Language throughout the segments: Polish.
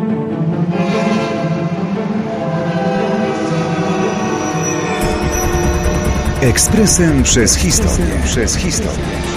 Ekspresem przez historię.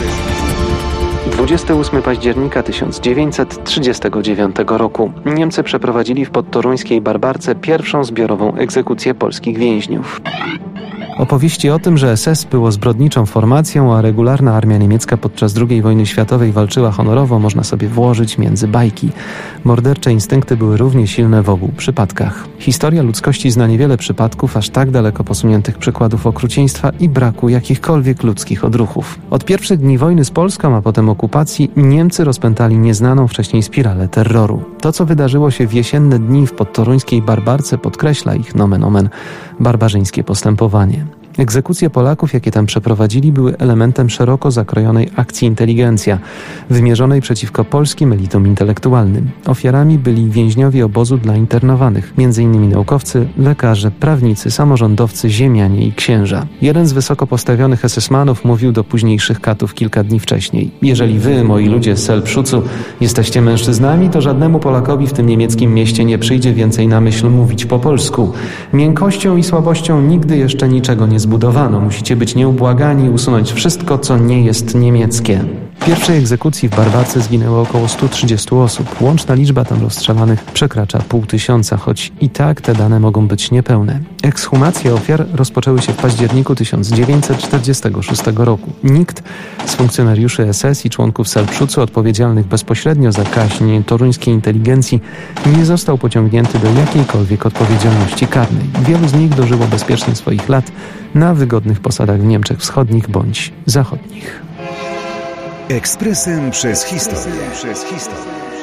28 października 1939 roku Niemcy przeprowadzili w podtoruńskiej Barbarce pierwszą zbiorową egzekucję polskich więźniów. Opowieści o tym, że SS było zbrodniczą formacją, a regularna armia niemiecka podczas II wojny światowej walczyła honorowo, można sobie włożyć między bajki. Mordercze instynkty były równie silne w obu przypadkach. Historia ludzkości zna niewiele przypadków aż tak daleko posuniętych przykładów okrucieństwa i braku jakichkolwiek ludzkich odruchów. Od pierwszych dni wojny z Polską, a potem okupacji, Niemcy rozpętali nieznaną wcześniej spiralę terroru. To, co wydarzyło się w jesienne dni w podtoruńskiej Barbarce, podkreśla ich nomen omen barbarzyńskie postępowanie. Egzekucje Polaków, jakie tam przeprowadzili, były elementem szeroko zakrojonej akcji inteligencja, wymierzonej przeciwko polskim elitom intelektualnym. Ofiarami byli więźniowie obozu dla internowanych, m.in. naukowcy, lekarze, prawnicy, samorządowcy, ziemianie i księża. Jeden z wysoko postawionych SS-manów mówił do późniejszych katów kilka dni wcześniej: jeżeli wy, moi ludzie z Selbschucu, jesteście mężczyznami, to żadnemu Polakowi w tym niemieckim mieście nie przyjdzie więcej na myśl mówić po polsku. Miękkością i słabością nigdy jeszcze niczego nie zbudowano. Musicie być nieubłagani i usunąć wszystko, co nie jest niemieckie. W pierwszej egzekucji w Barbarce zginęło około 130 osób. Łączna liczba tam rozstrzelanych przekracza 500, choć i tak te dane mogą być niepełne. Ekshumacje ofiar rozpoczęły się w październiku 1946 roku. Nikt z funkcjonariuszy SS i członków Selbschucu odpowiedzialnych bezpośrednio za kaźń toruńskiej inteligencji nie został pociągnięty do jakiejkolwiek odpowiedzialności karnej. Wielu z nich dożyło bezpiecznie swoich lat na wygodnych posadach w Niemczech Wschodnich bądź Zachodnich. Ekspresem przez historię.